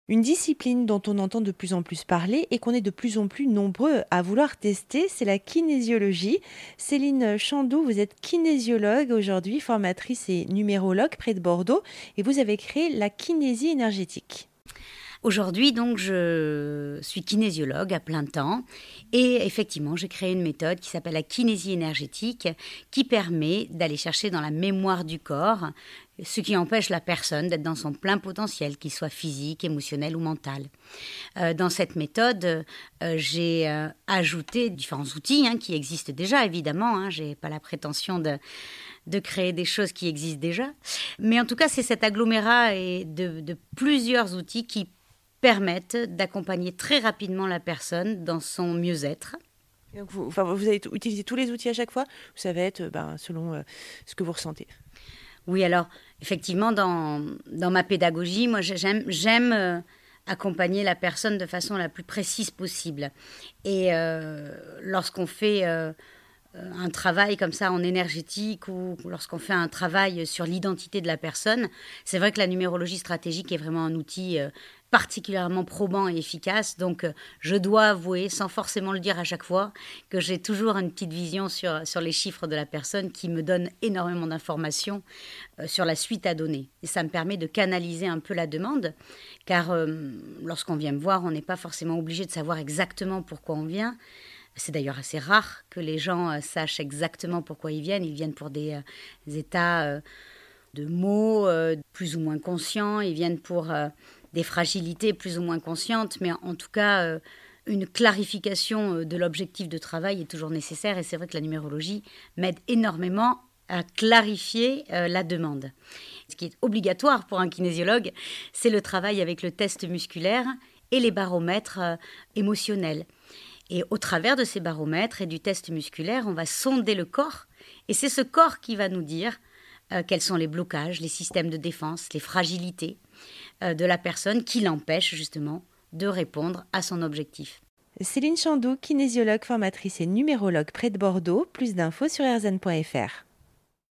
Une discipline dont on entend de plus en plus parler et qu'on est de plus en plus nombreux à vouloir tester, c'est la kinésiologie. Céline Chandou, vous êtes kinésiologue aujourd'hui, formatrice et numérologue près de Bordeaux, et vous avez créé la kinésie énergétique. Aujourd'hui, donc, je suis kinésiologue à plein temps et effectivement, j'ai créé une méthode qui s'appelle la kinésie énergétique qui permet d'aller chercher dans la mémoire du corps ce qui empêche la personne d'être dans son plein potentiel, qu'il soit physique, émotionnel ou mental. Dans cette méthode, j'ai ajouté différents outils qui existent déjà, évidemment. Je n'ai pas la prétention de créer des choses qui existent déjà. Mais en tout cas, c'est cet agglomérat de plusieurs outils qui permettent d'accompagner très rapidement la personne dans son mieux-être. Donc vous avez utilisé tous les outils à chaque fois, ou ça va être selon ce que vous ressentez? Oui, alors, effectivement, dans ma pédagogie, moi, j'aime accompagner la personne de façon la plus précise possible. Et lorsqu'on fait un travail comme ça en énergétique ou lorsqu'on fait un travail sur l'identité de la personne, c'est vrai que la numérologie stratégique est vraiment un outil particulièrement probant et efficace. Donc, je dois avouer, sans forcément le dire à chaque fois, que j'ai toujours une petite vision sur les chiffres de la personne qui me donne énormément d'informations sur la suite à donner. Et ça me permet de canaliser un peu la demande, car lorsqu'on vient me voir, on n'est pas forcément obligé de savoir exactement pourquoi on vient. C'est d'ailleurs assez rare que les gens sachent exactement pourquoi ils viennent. Ils viennent pour des états de maux plus ou moins conscients. Ils viennent pour des fragilités plus ou moins conscientes. Mais en tout cas, une clarification de l'objectif de travail est toujours nécessaire. Et c'est vrai que la numérologie m'aide énormément à clarifier la demande. Ce qui est obligatoire pour un kinésiologue, c'est le travail avec le test musculaire et les baromètres émotionnels. Et au travers de ces baromètres et du test musculaire, on va sonder le corps. Et c'est ce corps qui va nous dire quels sont les blocages, les systèmes de défense, les fragilités de la personne qui l'empêchent justement de répondre à son objectif. Céline Chandou, kinésiologue, formatrice et numérologue près de Bordeaux. Plus d'infos sur rzn.fr.